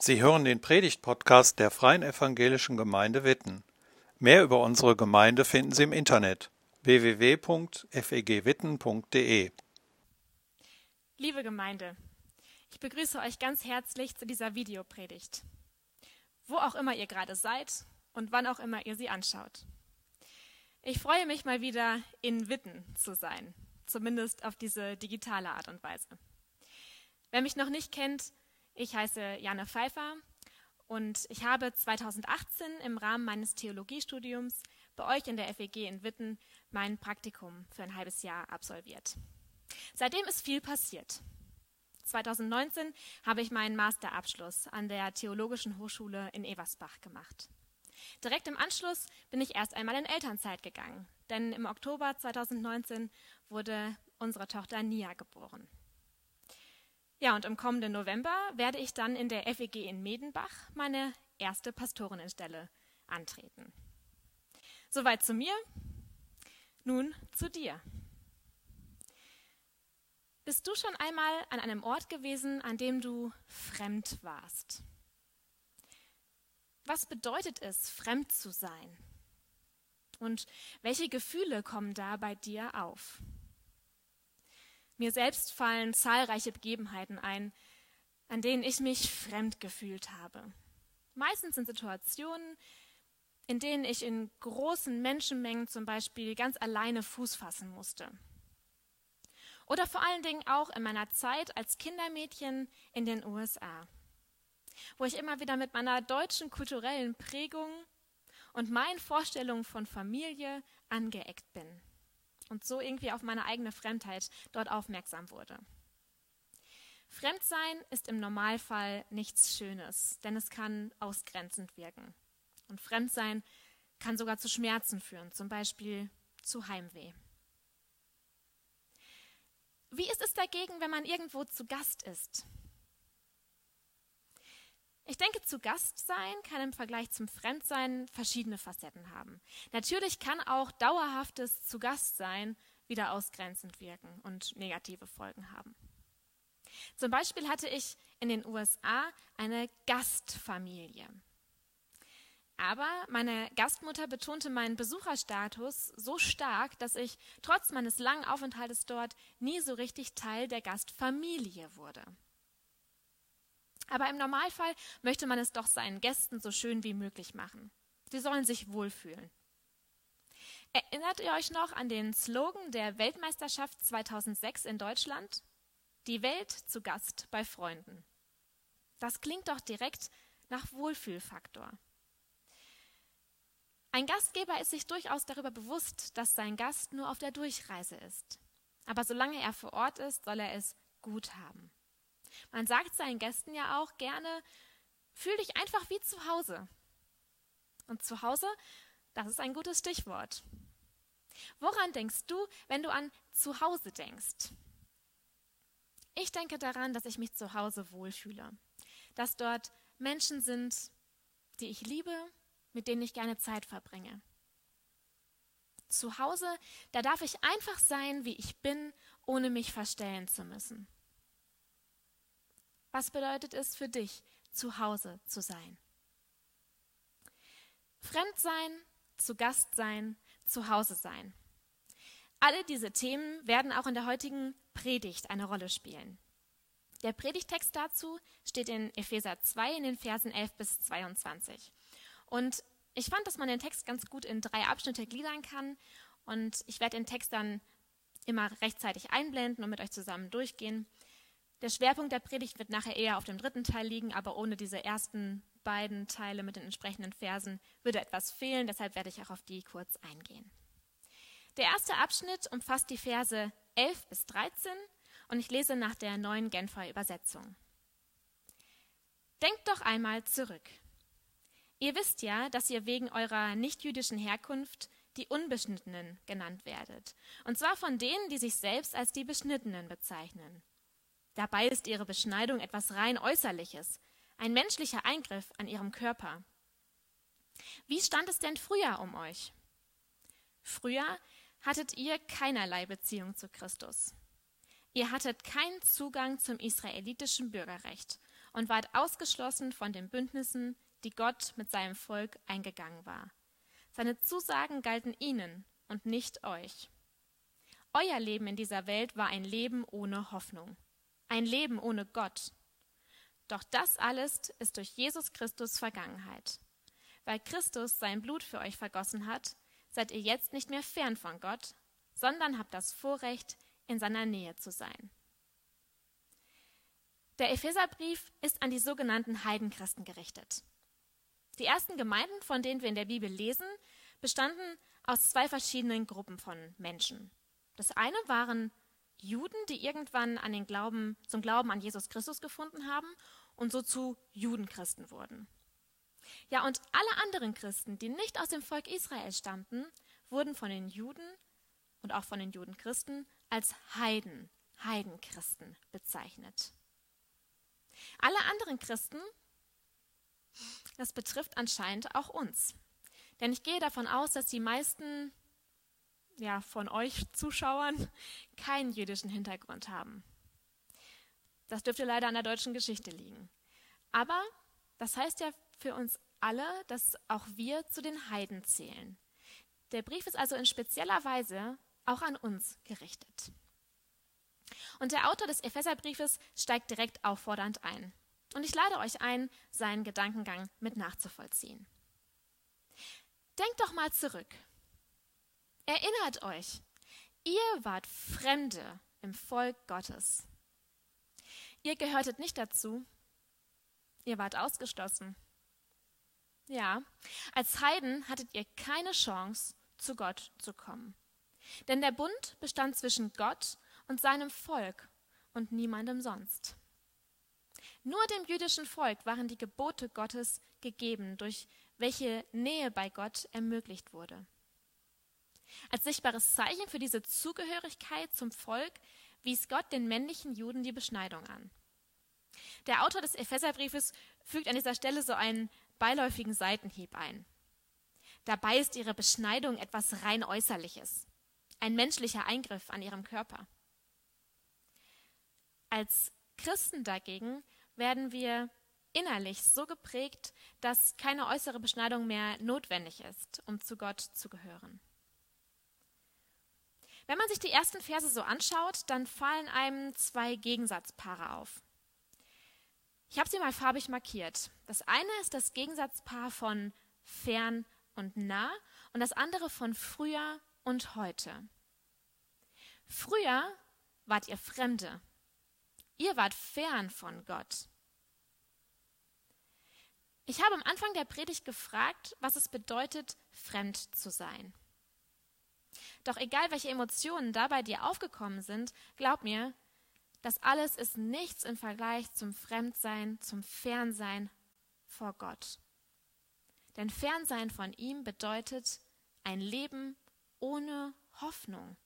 Sie hören den Predigt-Podcast der Freien Evangelischen Gemeinde Witten. Mehr über unsere Gemeinde finden Sie im Internet www.fegwitten.de. Liebe Gemeinde, ich begrüße euch ganz herzlich zu dieser Videopredigt. Wo auch immer ihr gerade seid und wann auch immer ihr sie anschaut. Ich freue mich mal wieder in Witten zu sein, zumindest auf diese digitale Art und Weise. Wer mich noch nicht kennt, ich heiße Janne Pfeiffer und ich habe 2018 im Rahmen meines Theologiestudiums bei euch in der FEG in Witten mein Praktikum für ein halbes Jahr absolviert. Seitdem ist viel passiert. 2019 habe ich meinen Masterabschluss an der Theologischen Hochschule in Eversbach gemacht. Direkt im Anschluss bin ich erst einmal in Elternzeit gegangen, denn im Oktober 2019 wurde unsere Tochter Nia geboren. Ja, und im kommenden November werde ich dann in der FEG in Medenbach meine erste Pastorinnenstelle antreten. Soweit zu mir, nun zu dir. Bist du schon einmal an einem Ort gewesen, an dem du fremd warst? Was bedeutet es, fremd zu sein? Und welche Gefühle kommen da bei dir auf? Mir selbst fallen zahlreiche Begebenheiten ein, an denen ich mich fremd gefühlt habe. Meistens in Situationen, in denen ich in großen Menschenmengen zum Beispiel ganz alleine Fuß fassen musste. Oder vor allen Dingen auch in meiner Zeit als Kindermädchen in den USA, wo ich immer wieder mit meiner deutschen kulturellen Prägung und meinen Vorstellungen von Familie angeeckt bin und so irgendwie auf meine eigene Fremdheit dort aufmerksam wurde. Fremdsein ist im Normalfall nichts Schönes, denn es kann ausgrenzend wirken. Und Fremdsein kann sogar zu Schmerzen führen, zum Beispiel zu Heimweh. Wie ist es dagegen, wenn man irgendwo zu Gast ist? Ich denke, zu Gast sein kann im Vergleich zum Fremdsein verschiedene Facetten haben. Natürlich kann auch dauerhaftes zu Gast sein wieder ausgrenzend wirken und negative Folgen haben. Zum Beispiel hatte ich in den USA eine Gastfamilie. Aber meine Gastmutter betonte meinen Besucherstatus so stark, dass ich trotz meines langen Aufenthaltes dort nie so richtig Teil der Gastfamilie wurde. Aber im Normalfall möchte man es doch seinen Gästen so schön wie möglich machen. Sie sollen sich wohlfühlen. Erinnert ihr euch noch an den Slogan der Weltmeisterschaft 2006 in Deutschland? Die Welt zu Gast bei Freunden. Das klingt doch direkt nach Wohlfühlfaktor. Ein Gastgeber ist sich durchaus darüber bewusst, dass sein Gast nur auf der Durchreise ist. Aber solange er vor Ort ist, soll er es gut haben. Man sagt seinen Gästen ja auch gerne, fühl dich einfach wie zu Hause. Und zu Hause, das ist ein gutes Stichwort. Woran denkst du, wenn du an zu Hause denkst? Ich denke daran, dass ich mich zu Hause wohlfühle. Dass dort Menschen sind, die ich liebe, mit denen ich gerne Zeit verbringe. Zu Hause, da darf ich einfach sein, wie ich bin, ohne mich verstellen zu müssen. Was bedeutet es für dich, zu Hause zu sein? Fremd sein, zu Gast sein, zu Hause sein. Alle diese Themen werden auch in der heutigen Predigt eine Rolle spielen. Der Predigttext dazu steht in Epheser 2 in den Versen 11 bis 22. Und ich fand, dass man den Text ganz gut in 3 Abschnitte gliedern kann. Und ich werde den Text dann immer rechtzeitig einblenden und mit euch zusammen durchgehen. Der Schwerpunkt der Predigt wird nachher eher auf dem 3. Teil liegen, aber ohne diese ersten beiden Teile mit den entsprechenden Versen würde etwas fehlen. Deshalb werde ich auch auf die kurz eingehen. Der erste Abschnitt umfasst die Verse 11 bis 13 und ich lese nach der Neuen Genfer Übersetzung. Denkt doch einmal zurück. Ihr wisst ja, dass ihr wegen eurer nichtjüdischen Herkunft die Unbeschnittenen genannt werdet. Und zwar von denen, die sich selbst als die Beschnittenen bezeichnen. Dabei ist ihre Beschneidung etwas rein Äußerliches, ein menschlicher Eingriff an ihrem Körper. Wie stand es denn früher um euch? Früher hattet ihr keinerlei Beziehung zu Christus. Ihr hattet keinen Zugang zum israelitischen Bürgerrecht und wart ausgeschlossen von den Bündnissen, die Gott mit seinem Volk eingegangen war. Seine Zusagen galten ihnen und nicht euch. Euer Leben in dieser Welt war ein Leben ohne Hoffnung, ein Leben ohne Gott. Doch das alles ist durch Jesus Christus Vergangenheit. Weil Christus sein Blut für euch vergossen hat, seid ihr jetzt nicht mehr fern von Gott, sondern habt das Vorrecht, in seiner Nähe zu sein. Der Epheserbrief ist an die sogenannten Heidenchristen gerichtet. Die ersten Gemeinden, von denen wir in der Bibel lesen, bestanden aus zwei verschiedenen Gruppen von Menschen. Das eine waren Juden, die irgendwann zum Glauben an Jesus Christus gefunden haben und so zu Judenchristen wurden. Ja, und alle anderen Christen, die nicht aus dem Volk Israel stammten, wurden von den Juden und auch von den Judenchristen als Heidenchristen bezeichnet. Alle anderen Christen, das betrifft anscheinend auch uns. Denn ich gehe davon aus, dass die meisten von euch Zuschauern keinen jüdischen Hintergrund haben. Das dürfte leider an der deutschen Geschichte liegen. Aber das heißt ja für uns alle, dass auch wir zu den Heiden zählen. Der Brief ist also in spezieller Weise auch an uns gerichtet. Und der Autor des Epheserbriefes steigt direkt auffordernd ein. Und ich lade euch ein, seinen Gedankengang mit nachzuvollziehen. Denkt doch mal zurück. Erinnert euch, ihr wart Fremde im Volk Gottes. Ihr gehörtet nicht dazu. Ihr wart ausgeschlossen. Ja, als Heiden hattet ihr keine Chance, zu Gott zu kommen. Denn der Bund bestand zwischen Gott und seinem Volk und niemandem sonst. Nur dem jüdischen Volk waren die Gebote Gottes gegeben, durch welche Nähe bei Gott ermöglicht wurde. Als sichtbares Zeichen für diese Zugehörigkeit zum Volk wies Gott den männlichen Juden die Beschneidung an. Der Autor des Epheserbriefes fügt an dieser Stelle so einen beiläufigen Seitenhieb ein. Dabei ist ihre Beschneidung etwas rein Äußerliches, ein menschlicher Eingriff an ihrem Körper. Als Christen dagegen werden wir innerlich so geprägt, dass keine äußere Beschneidung mehr notwendig ist, um zu Gott zu gehören. Wenn man sich die ersten Verse so anschaut, dann fallen einem zwei Gegensatzpaare auf. Ich habe sie mal farbig markiert. Das eine ist das Gegensatzpaar von fern und nah und das andere von früher und heute. Früher wart ihr Fremde. Ihr wart fern von Gott. Ich habe am Anfang der Predigt gefragt, was es bedeutet, fremd zu sein. Doch egal, welche Emotionen dabei dir aufgekommen sind, glaub mir, das alles ist nichts im Vergleich zum Fremdsein, zum Fernsein vor Gott. Denn Fernsein von ihm bedeutet ein Leben ohne Hoffnung.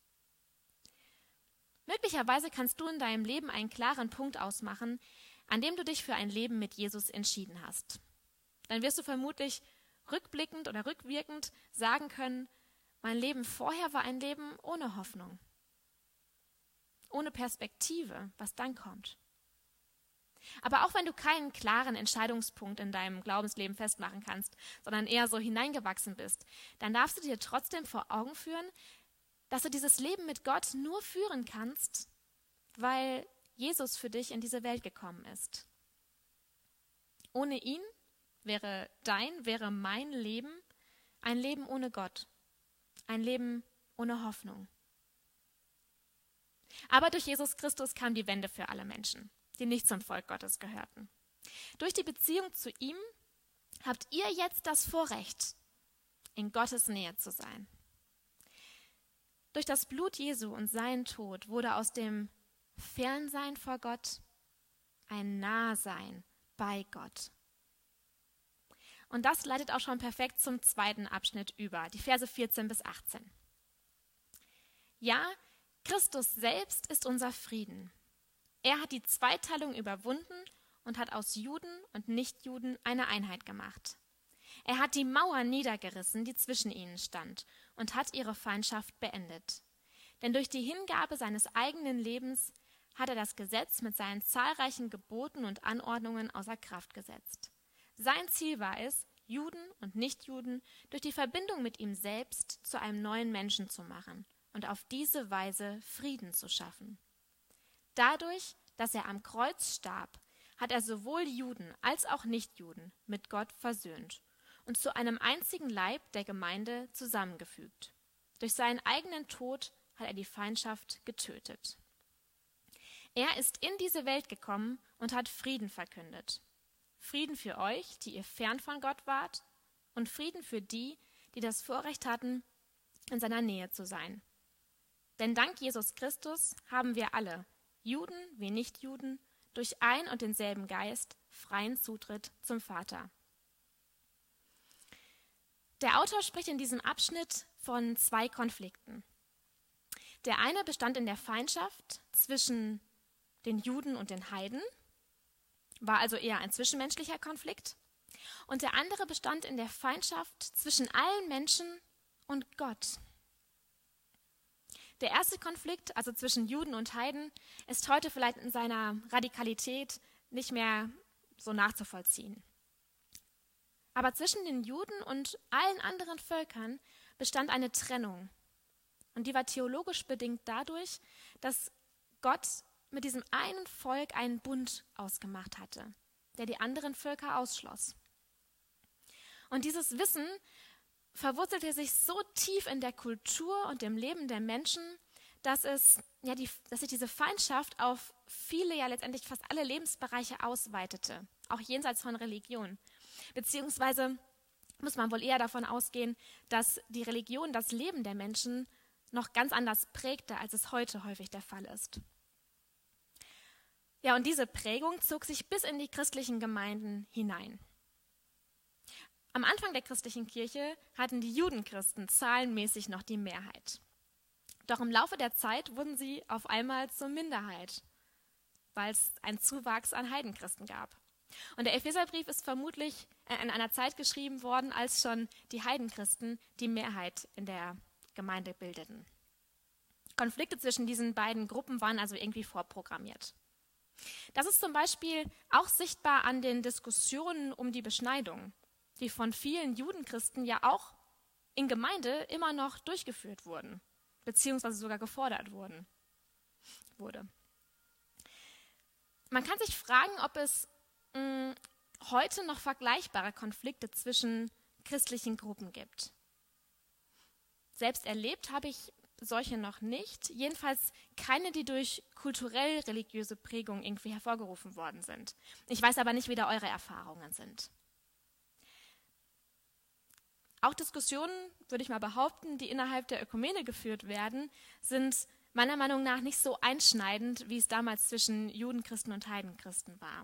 Möglicherweise kannst du in deinem Leben einen klaren Punkt ausmachen, an dem du dich für ein Leben mit Jesus entschieden hast. Dann wirst du vermutlich rückblickend oder rückwirkend sagen können, mein Leben vorher war ein Leben ohne Hoffnung, ohne Perspektive, was dann kommt. Aber auch wenn du keinen klaren Entscheidungspunkt in deinem Glaubensleben festmachen kannst, sondern eher so hineingewachsen bist, dann darfst du dir trotzdem vor Augen führen, dass du dieses Leben mit Gott nur führen kannst, weil Jesus für dich in diese Welt gekommen ist. Ohne ihn wäre mein Leben ein Leben ohne Gott, ein Leben ohne Hoffnung. Aber durch Jesus Christus kam die Wende für alle Menschen, die nicht zum Volk Gottes gehörten. Durch die Beziehung zu ihm habt ihr jetzt das Vorrecht, in Gottes Nähe zu sein. Durch das Blut Jesu und seinen Tod wurde aus dem Fernsein vor Gott ein Nahsein bei Gott. Und das leitet auch schon perfekt zum zweiten Abschnitt über, die Verse 14 bis 18. Ja, Christus selbst ist unser Frieden. Er hat die Zweiteilung überwunden und hat aus Juden und Nichtjuden eine Einheit gemacht. Er hat die Mauer niedergerissen, die zwischen ihnen stand, und hat ihre Feindschaft beendet. Denn durch die Hingabe seines eigenen Lebens hat er das Gesetz mit seinen zahlreichen Geboten und Anordnungen außer Kraft gesetzt. Sein Ziel war es, Juden und Nichtjuden durch die Verbindung mit ihm selbst zu einem neuen Menschen zu machen und auf diese Weise Frieden zu schaffen. Dadurch, dass er am Kreuz starb, hat er sowohl Juden als auch Nichtjuden mit Gott versöhnt und zu einem einzigen Leib der Gemeinde zusammengefügt. Durch seinen eigenen Tod hat er die Feindschaft getötet. Er ist in diese Welt gekommen und hat Frieden verkündet. Frieden für euch, die ihr fern von Gott wart, und Frieden für die, die das Vorrecht hatten, in seiner Nähe zu sein. Denn dank Jesus Christus haben wir alle, Juden wie Nichtjuden, durch ein und denselben Geist freien Zutritt zum Vater. Der Autor spricht in diesem Abschnitt von 2 Konflikten. Der eine bestand in der Feindschaft zwischen den Juden und den Heiden, war also eher ein zwischenmenschlicher Konflikt. Und der andere bestand in der Feindschaft zwischen allen Menschen und Gott. Der erste Konflikt, also zwischen Juden und Heiden, ist heute vielleicht in seiner Radikalität nicht mehr so nachzuvollziehen. Aber zwischen den Juden und allen anderen Völkern bestand eine Trennung. Und die war theologisch bedingt dadurch, dass Gott mit diesem einen Volk einen Bund ausgemacht hatte, der die anderen Völker ausschloss. Und dieses Wissen verwurzelte sich so tief in der Kultur und im Leben der Menschen, dass sich diese Feindschaft auf viele, ja letztendlich fast alle Lebensbereiche ausweitete, auch jenseits von Religion. Beziehungsweise muss man wohl eher davon ausgehen, dass die Religion das Leben der Menschen noch ganz anders prägte, als es heute häufig der Fall ist. Ja, und diese Prägung zog sich bis in die christlichen Gemeinden hinein. Am Anfang der christlichen Kirche hatten die Judenchristen zahlenmäßig noch die Mehrheit. Doch im Laufe der Zeit wurden sie auf einmal zur Minderheit, weil es einen Zuwachs an Heidenchristen gab. Und der Epheserbrief ist vermutlich in einer Zeit geschrieben worden, als schon die Heidenchristen die Mehrheit in der Gemeinde bildeten. Konflikte zwischen diesen beiden Gruppen waren also irgendwie vorprogrammiert. Das ist zum Beispiel auch sichtbar an den Diskussionen um die Beschneidung, die von vielen Judenchristen ja auch in Gemeinde immer noch durchgeführt wurden, beziehungsweise sogar gefordert wurde. Man kann sich fragen, ob es heute noch vergleichbare Konflikte zwischen christlichen Gruppen gibt. Selbst erlebt habe ich solche noch nicht, jedenfalls keine, die durch kulturell-religiöse Prägung irgendwie hervorgerufen worden sind. Ich weiß aber nicht, wie da eure Erfahrungen sind. Auch Diskussionen, würde ich mal behaupten, die innerhalb der Ökumene geführt werden, sind meiner Meinung nach nicht so einschneidend, wie es damals zwischen Judenchristen und Heidenchristen war.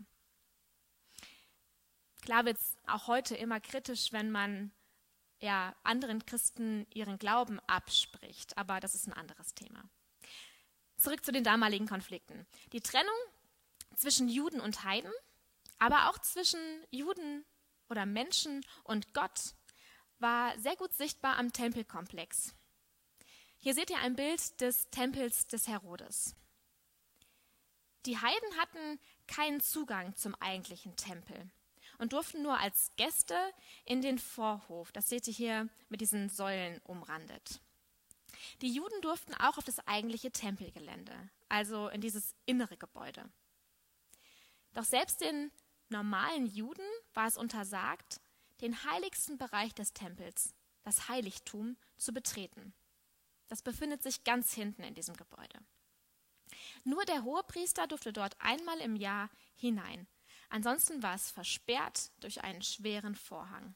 Klar wird es auch heute immer kritisch, wenn man anderen Christen ihren Glauben abspricht, aber das ist ein anderes Thema. Zurück zu den damaligen Konflikten. Die Trennung zwischen Juden und Heiden, aber auch zwischen Juden oder Menschen und Gott war sehr gut sichtbar am Tempelkomplex. Hier seht ihr ein Bild des Tempels des Herodes. Die Heiden hatten keinen Zugang zum eigentlichen Tempel und durften nur als Gäste in den Vorhof, das seht ihr hier mit diesen Säulen umrandet. Die Juden durften auch auf das eigentliche Tempelgelände, also in dieses innere Gebäude. Doch selbst den normalen Juden war es untersagt, den heiligsten Bereich des Tempels, das Heiligtum, zu betreten. Das befindet sich ganz hinten in diesem Gebäude. Nur der Hohepriester durfte dort einmal im Jahr hinein. Ansonsten war es versperrt durch einen schweren Vorhang.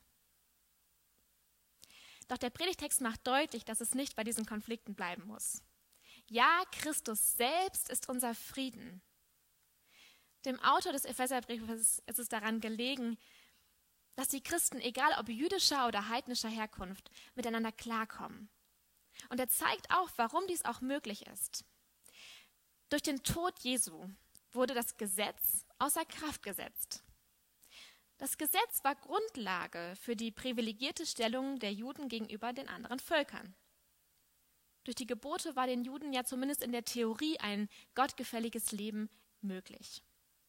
Doch der Predigtext macht deutlich, dass es nicht bei diesen Konflikten bleiben muss. Ja, Christus selbst ist unser Frieden. Dem Autor des Epheserbriefes ist es daran gelegen, dass die Christen, egal ob jüdischer oder heidnischer Herkunft, miteinander klarkommen. Und er zeigt auf, warum dies auch möglich ist. Durch den Tod Jesu wurde das Gesetz außer Kraft gesetzt. Das Gesetz war Grundlage für die privilegierte Stellung der Juden gegenüber den anderen Völkern. Durch die Gebote war den Juden ja zumindest in der Theorie ein gottgefälliges Leben möglich.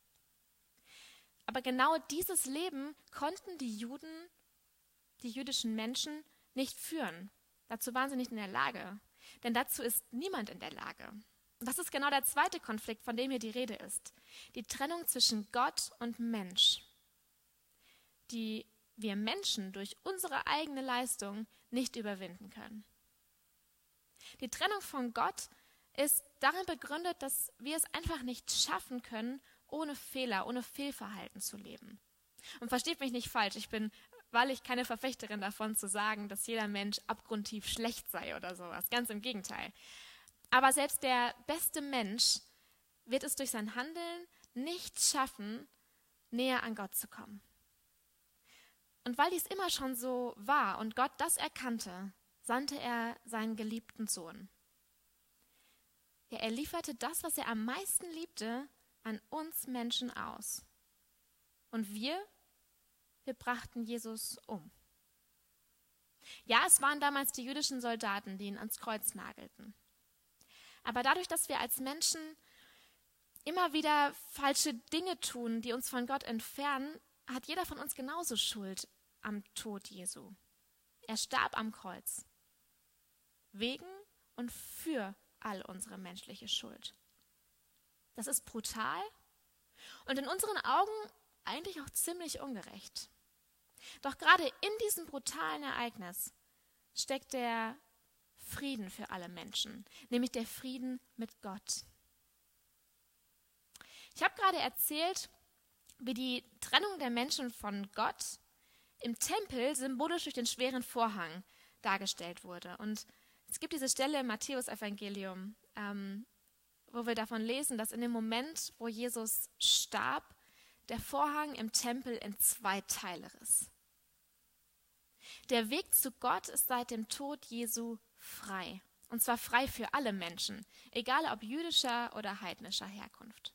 Aber genau dieses Leben konnten die Juden, die jüdischen Menschen, nicht führen. Dazu waren sie nicht in der Lage. Denn dazu ist niemand in der Lage. Und das ist genau der zweite Konflikt, von dem hier die Rede ist. Die Trennung zwischen Gott und Mensch, die wir Menschen durch unsere eigene Leistung nicht überwinden können. Die Trennung von Gott ist darin begründet, dass wir es einfach nicht schaffen können, ohne Fehler, ohne Fehlverhalten zu leben. Und versteht mich nicht falsch, ich bin wahrlich keine Verfechterin davon zu sagen, dass jeder Mensch abgrundtief schlecht sei oder sowas. Ganz im Gegenteil. Aber selbst der beste Mensch wird es durch sein Handeln nicht schaffen, näher an Gott zu kommen. Und weil dies immer schon so war und Gott das erkannte, sandte er seinen geliebten Sohn. Ja, er lieferte das, was er am meisten liebte, an uns Menschen aus. Und wir brachten Jesus um. Ja, es waren damals die jüdischen Soldaten, die ihn ans Kreuz nagelten. Aber dadurch, dass wir als Menschen immer wieder falsche Dinge tun, die uns von Gott entfernen, hat jeder von uns genauso Schuld am Tod Jesu. Er starb am Kreuz. Wegen und für all unsere menschliche Schuld. Das ist brutal und in unseren Augen eigentlich auch ziemlich ungerecht. Doch gerade in diesem brutalen Ereignis steckt der Frieden für alle Menschen, nämlich der Frieden mit Gott. Ich habe gerade erzählt, wie die Trennung der Menschen von Gott im Tempel symbolisch durch den schweren Vorhang dargestellt wurde. Und es gibt diese Stelle im Matthäus-Evangelium, wo wir davon lesen, dass in dem Moment, wo Jesus starb, der Vorhang im Tempel in 2 Teile riss. Der Weg zu Gott ist seit dem Tod Jesu frei. Und zwar frei für alle Menschen, egal ob jüdischer oder heidnischer Herkunft.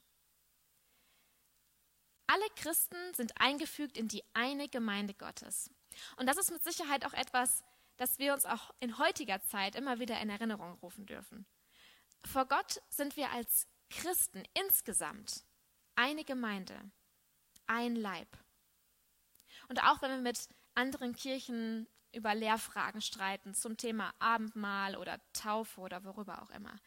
Alle Christen sind eingefügt in die eine Gemeinde Gottes. Und das ist mit Sicherheit auch etwas, das wir uns auch in heutiger Zeit immer wieder in Erinnerung rufen dürfen. Vor Gott sind wir als Christen insgesamt eine Gemeinde, ein Leib. Und auch wenn wir mit anderen Kirchen über Lehrfragen streiten, zum Thema Abendmahl oder Taufe oder worüber auch immer.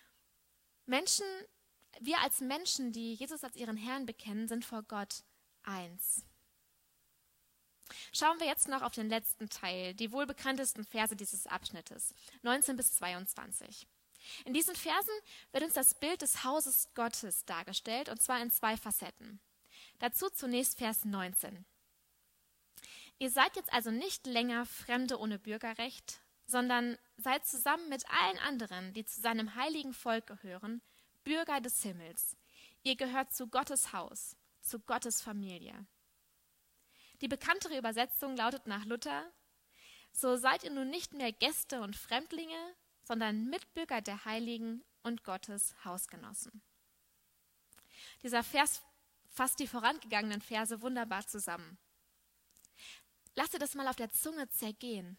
Wir als Menschen, die Jesus als ihren Herrn bekennen, sind vor Gott eins. Schauen wir jetzt noch auf den letzten Teil, die wohl bekanntesten Verse dieses Abschnittes, 19 bis 22. In diesen Versen wird uns das Bild des Hauses Gottes dargestellt, und zwar in 2 Facetten. Dazu zunächst Vers 19. Ihr seid jetzt also nicht länger Fremde ohne Bürgerrecht, sondern seid zusammen mit allen anderen, die zu seinem heiligen Volk gehören, Bürger des Himmels. Ihr gehört zu Gottes Haus, zu Gottes Familie. Die bekanntere Übersetzung lautet nach Luther: So seid ihr nun nicht mehr Gäste und Fremdlinge, sondern Mitbürger der Heiligen und Gottes Hausgenossen. Dieser Vers fasst die vorangegangenen Verse wunderbar zusammen. Lass dir das mal auf der Zunge zergehen.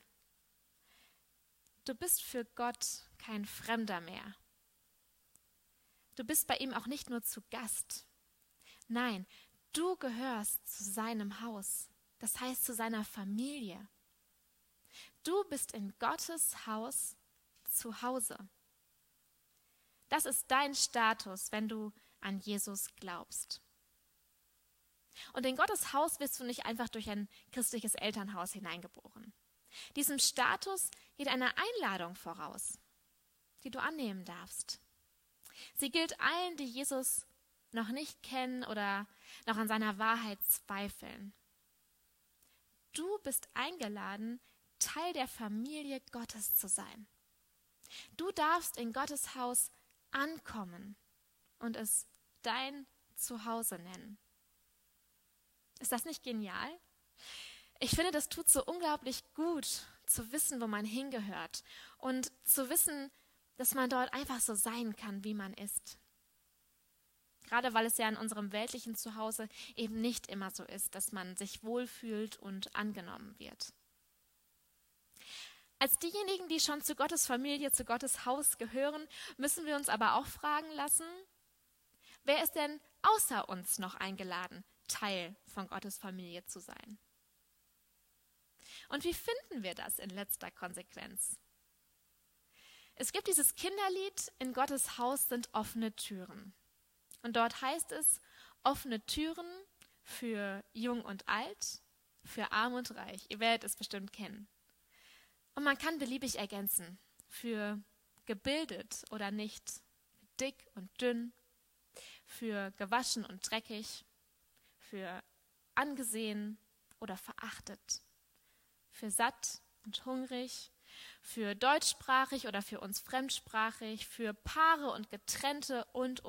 Du bist für Gott kein Fremder mehr. Du bist bei ihm auch nicht nur zu Gast. Nein, du gehörst zu seinem Haus, das heißt zu seiner Familie. Du bist in Gottes Haus zu Hause. Das ist dein Status, wenn du an Jesus glaubst. Und in Gottes Haus wirst du nicht einfach durch ein christliches Elternhaus hineingeboren. Diesem Status geht eine Einladung voraus, die du annehmen darfst. Sie gilt allen, die Jesus noch nicht kennen oder noch an seiner Wahrheit zweifeln. Du bist eingeladen, Teil der Familie Gottes zu sein. Du darfst in Gottes Haus ankommen und es dein Zuhause nennen. Ist das nicht genial? Ich finde, das tut so unglaublich gut, zu wissen, wo man hingehört und zu wissen, dass man dort einfach so sein kann, wie man ist. Gerade weil es ja in unserem weltlichen Zuhause eben nicht immer so ist, dass man sich wohlfühlt und angenommen wird. Als diejenigen, die schon zu Gottes Familie, zu Gottes Haus gehören, müssen wir uns aber auch fragen lassen, wer ist denn außer uns noch eingeladen, Teil von Gottes Familie zu sein? Und wie finden wir das in letzter Konsequenz? Es gibt dieses Kinderlied, in Gottes Haus sind offene Türen. Und dort heißt es, offene Türen für Jung und Alt, für Arm und Reich. Ihr werdet es bestimmt kennen. Und man kann beliebig ergänzen, für gebildet oder nicht, dick und dünn, für gewaschen und dreckig, für angesehen oder verachtet, für satt und hungrig, für deutschsprachig oder für uns fremdsprachig, für Paare und Getrennte und.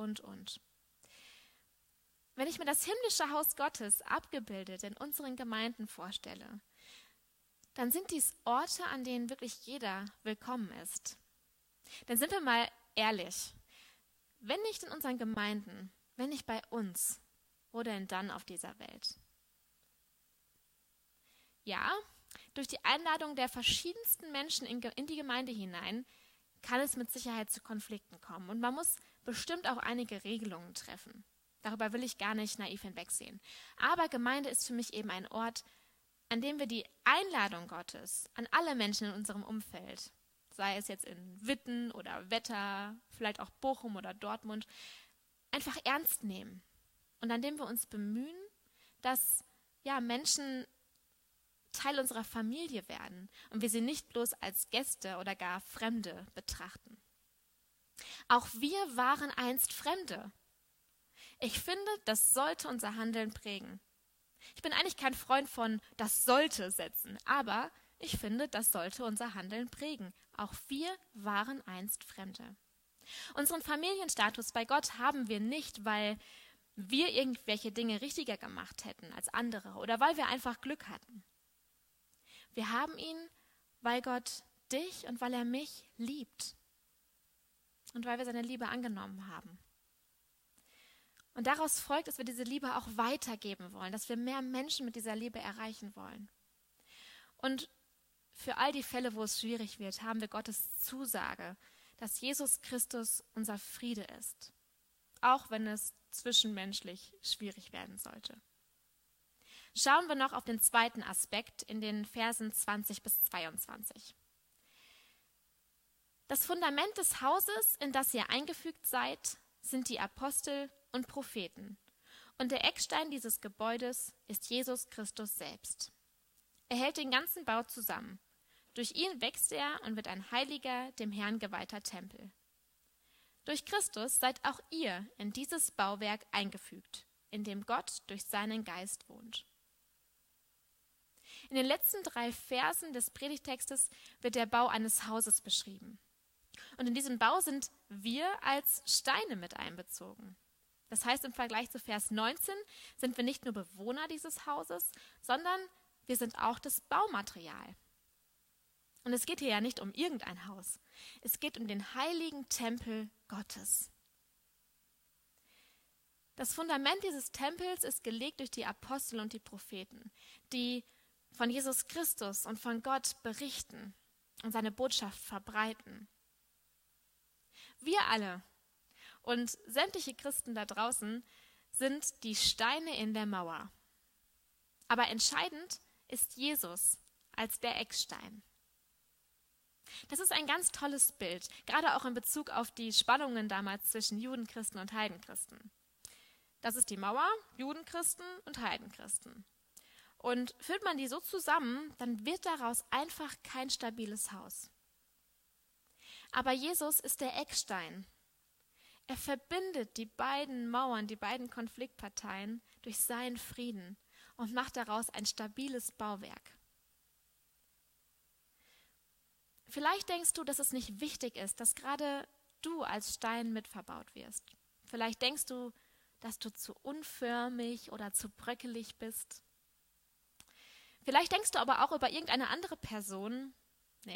Wenn ich mir das himmlische Haus Gottes abgebildet in unseren Gemeinden vorstelle, dann sind dies Orte, an denen wirklich jeder willkommen ist. Denn sind wir mal ehrlich, wenn nicht in unseren Gemeinden, wenn nicht bei uns, wo denn dann auf dieser Welt? Ja, durch die Einladung der verschiedensten Menschen in die Gemeinde hinein kann es mit Sicherheit zu Konflikten kommen. Und man muss bestimmt auch einige Regelungen treffen. Darüber will ich gar nicht naiv hinwegsehen. Aber Gemeinde ist für mich eben ein Ort, an dem wir die Einladung Gottes an alle Menschen in unserem Umfeld, sei es jetzt in Witten oder Wetter, vielleicht auch Bochum oder Dortmund, einfach ernst nehmen. Und an dem wir uns bemühen, dass Menschen Teil unserer Familie werden und wir sie nicht bloß als Gäste oder gar Fremde betrachten. Auch wir waren einst Fremde. Ich finde, das sollte unser Handeln prägen. Ich bin eigentlich kein Freund von das sollte setzen, aber ich finde, das sollte unser Handeln prägen. Auch wir waren einst Fremde. Unseren Familienstatus bei Gott haben wir nicht, weil wir irgendwelche Dinge richtiger gemacht hätten als andere oder weil wir einfach Glück hatten. Wir haben ihn, weil Gott dich und weil er mich liebt und weil wir seine Liebe angenommen haben. Und daraus folgt, dass wir diese Liebe auch weitergeben wollen, dass wir mehr Menschen mit dieser Liebe erreichen wollen. Und für all die Fälle, wo es schwierig wird, haben wir Gottes Zusage, dass Jesus Christus unser Friede ist, auch wenn es zwischenmenschlich schwierig werden sollte. Schauen wir noch auf den zweiten Aspekt in den Versen 20 bis 22. Das Fundament des Hauses, in das ihr eingefügt seid, sind die Apostel und Propheten. Und der Eckstein dieses Gebäudes ist Jesus Christus selbst. Er hält den ganzen Bau zusammen. Durch ihn wächst er und wird ein heiliger, dem Herrn geweihter Tempel. Durch Christus seid auch ihr in dieses Bauwerk eingefügt, in dem Gott durch seinen Geist wohnt. In den letzten 3 Versen des Predigtextes wird der Bau eines Hauses beschrieben. Und in diesem Bau sind wir als Steine mit einbezogen. Das heißt, im Vergleich zu Vers 19 sind wir nicht nur Bewohner dieses Hauses, sondern wir sind auch das Baumaterial. Und es geht hier ja nicht um irgendein Haus. Es geht um den heiligen Tempel Gottes. Das Fundament dieses Tempels ist gelegt durch die Apostel und die Propheten, die von Jesus Christus und von Gott berichten und seine Botschaft verbreiten. Wir alle und sämtliche Christen da draußen sind die Steine in der Mauer. Aber entscheidend ist Jesus als der Eckstein. Das ist ein ganz tolles Bild, gerade auch in Bezug auf die Spannungen damals zwischen Judenchristen und Heidenchristen. Das ist die Mauer, Judenchristen und Heidenchristen. Und führt man die so zusammen, dann wird daraus einfach kein stabiles Haus. Aber Jesus ist der Eckstein. Er verbindet die beiden Mauern, die beiden Konfliktparteien durch seinen Frieden und macht daraus ein stabiles Bauwerk. Vielleicht denkst du, dass es nicht wichtig ist, dass gerade du als Stein mitverbaut wirst. Vielleicht denkst du, dass du zu unförmig oder zu bröckelig bist. Vielleicht denkst du aber auch über irgendeine andere Person, nee.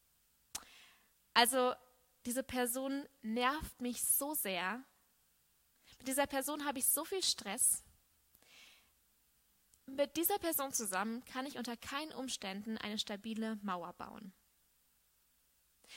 Also diese Person nervt mich so sehr. Mit dieser Person habe ich so viel Stress. Mit dieser Person zusammen kann ich unter keinen Umständen eine stabile Mauer bauen.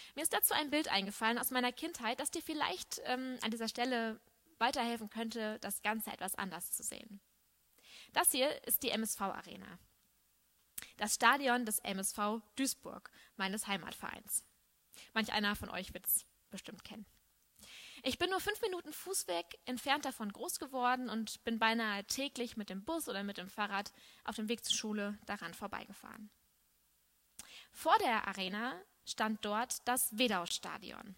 Mir ist dazu ein Bild eingefallen aus meiner Kindheit, das dir vielleicht an dieser Stelle weiterhelfen könnte, das Ganze etwas anders zu sehen. Das hier ist die MSV-Arena. Das Stadion des MSV Duisburg, meines Heimatvereins. Manch einer von euch wird es bestimmt kennen. Ich bin nur 5 Minuten Fußweg entfernt davon groß geworden und bin beinahe täglich mit dem Bus oder mit dem Fahrrad auf dem Weg zur Schule daran vorbeigefahren. Vor der Arena stand dort das Wedau-Stadion.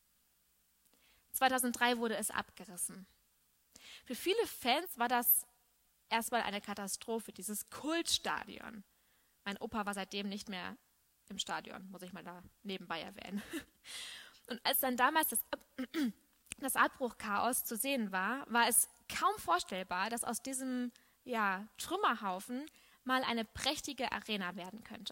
2003 wurde es abgerissen. Für viele Fans war das erstmal eine Katastrophe, dieses Kultstadion. Mein Opa war seitdem nicht mehr im Stadion, muss ich mal da nebenbei erwähnen. Und als dann damals das Abbruchchaos zu sehen war, war es kaum vorstellbar, dass aus diesem Trümmerhaufen mal eine prächtige Arena werden könnte.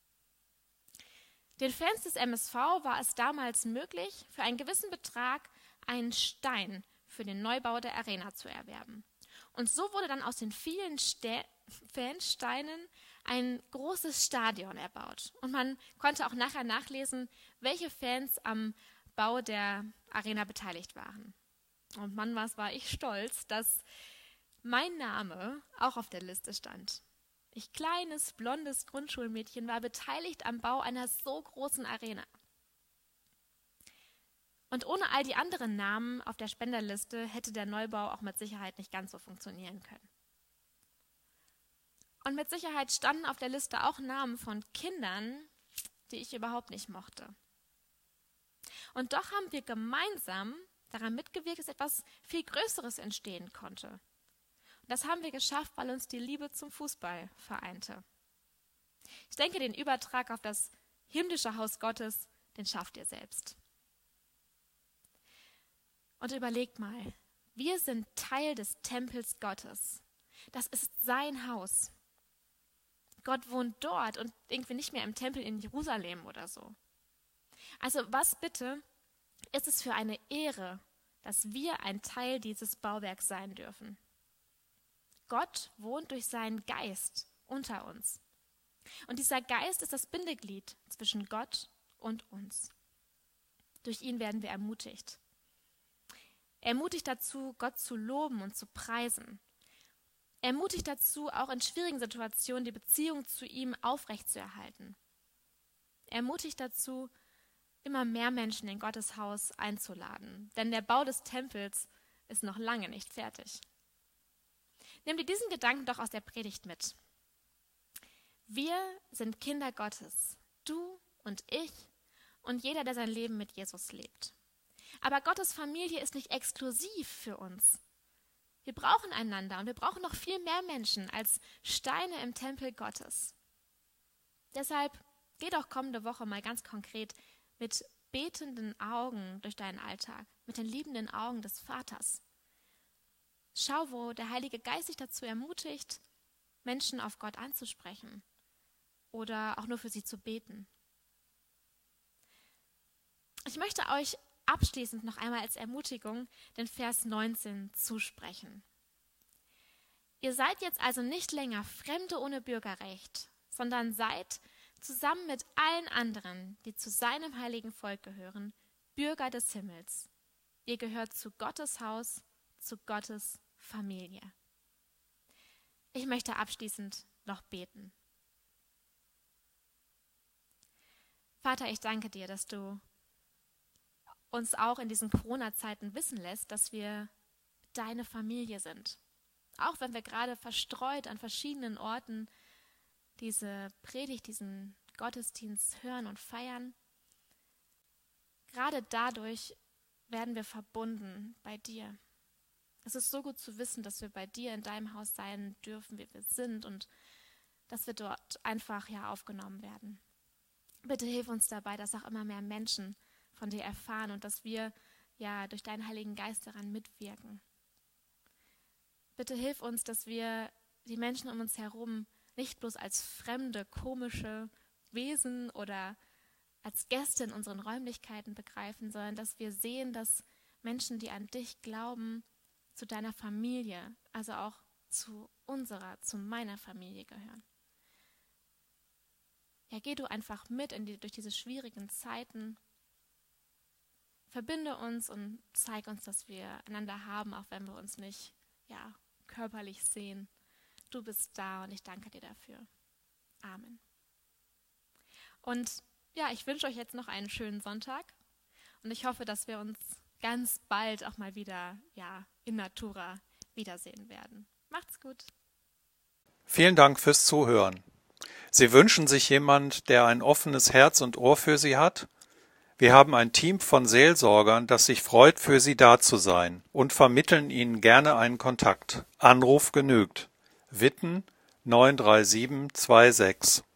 Den Fans des MSV war es damals möglich, für einen gewissen Betrag einen Stein für den Neubau der Arena zu erwerben. Und so wurde dann aus den vielen Fansteinen ein großes Stadion erbaut. Und man konnte auch nachher nachlesen, welche Fans am Bau der Arena beteiligt waren. Und Mann, was war ich stolz, dass mein Name auch auf der Liste stand. Ich, kleines, blondes Grundschulmädchen, war beteiligt am Bau einer so großen Arena. Und ohne all die anderen Namen auf der Spenderliste hätte der Neubau auch mit Sicherheit nicht ganz so funktionieren können. Und mit Sicherheit standen auf der Liste auch Namen von Kindern, die ich überhaupt nicht mochte. Und doch haben wir gemeinsam daran mitgewirkt, dass etwas viel Größeres entstehen konnte. Und das haben wir geschafft, weil uns die Liebe zum Fußball vereinte. Ich denke, den Übertrag auf das himmlische Haus Gottes, den schafft ihr selbst. Und überlegt mal, wir sind Teil des Tempels Gottes. Das ist sein Haus. Gott wohnt dort und irgendwie nicht mehr im Tempel in Jerusalem oder so. Also was bitte ist es für eine Ehre, dass wir ein Teil dieses Bauwerks sein dürfen? Gott wohnt durch seinen Geist unter uns. Und dieser Geist ist das Bindeglied zwischen Gott und uns. Durch ihn werden wir ermutigt. Er ermutigt dazu, Gott zu loben und zu preisen. Er ermutigt dazu, auch in schwierigen Situationen die Beziehung zu ihm aufrechtzuerhalten. Er ermutigt dazu, immer mehr Menschen in Gottes Haus einzuladen. Denn der Bau des Tempels ist noch lange nicht fertig. Nimm dir diesen Gedanken doch aus der Predigt mit. Wir sind Kinder Gottes, du und ich und jeder, der sein Leben mit Jesus lebt. Aber Gottes Familie ist nicht exklusiv für uns. Wir brauchen einander und wir brauchen noch viel mehr Menschen als Steine im Tempel Gottes. Deshalb geh doch kommende Woche mal ganz konkret mit betenden Augen durch deinen Alltag, mit den liebenden Augen des Vaters. Schau, wo der Heilige Geist dich dazu ermutigt, Menschen auf Gott anzusprechen oder auch nur für sie zu beten. Ich möchte euch abschließend noch einmal als Ermutigung den Vers 19 zusprechen. Ihr seid jetzt also nicht länger Fremde ohne Bürgerrecht, sondern seid zusammen mit allen anderen, die zu seinem heiligen Volk gehören, Bürger des Himmels. Ihr gehört zu Gottes Haus, zu Gottes Familie. Ich möchte abschließend noch beten. Vater, ich danke dir, dass du uns auch in diesen Corona-Zeiten wissen lässt, dass wir deine Familie sind. Auch wenn wir gerade verstreut an verschiedenen Orten diese Predigt, diesen Gottesdienst hören und feiern. Gerade dadurch werden wir verbunden bei dir. Es ist so gut zu wissen, dass wir bei dir in deinem Haus sein dürfen, wie wir sind und dass wir dort einfach aufgenommen werden. Bitte hilf uns dabei, dass auch immer mehr Menschen von dir erfahren und dass wir durch deinen Heiligen Geist daran mitwirken. Bitte hilf uns, dass wir die Menschen um uns herum nicht bloß als fremde, komische Wesen oder als Gäste in unseren Räumlichkeiten begreifen, sondern dass wir sehen, dass Menschen, die an dich glauben, zu deiner Familie, also auch zu meiner Familie gehören. Ja, geh du einfach mit durch diese schwierigen Zeiten verbinde uns und zeig uns, dass wir einander haben, auch wenn wir uns nicht körperlich sehen. Du bist da und ich danke dir dafür. Amen. Und ich wünsche euch jetzt noch einen schönen Sonntag und ich hoffe, dass wir uns ganz bald auch mal wieder in Natura wiedersehen werden. Macht's gut. Vielen Dank fürs Zuhören. Sie wünschen sich jemand, der ein offenes Herz und Ohr für Sie hat? Wir haben ein Team von Seelsorgern, das sich freut, für Sie da zu sein und vermitteln Ihnen gerne einen Kontakt. Anruf genügt. Witten 93726.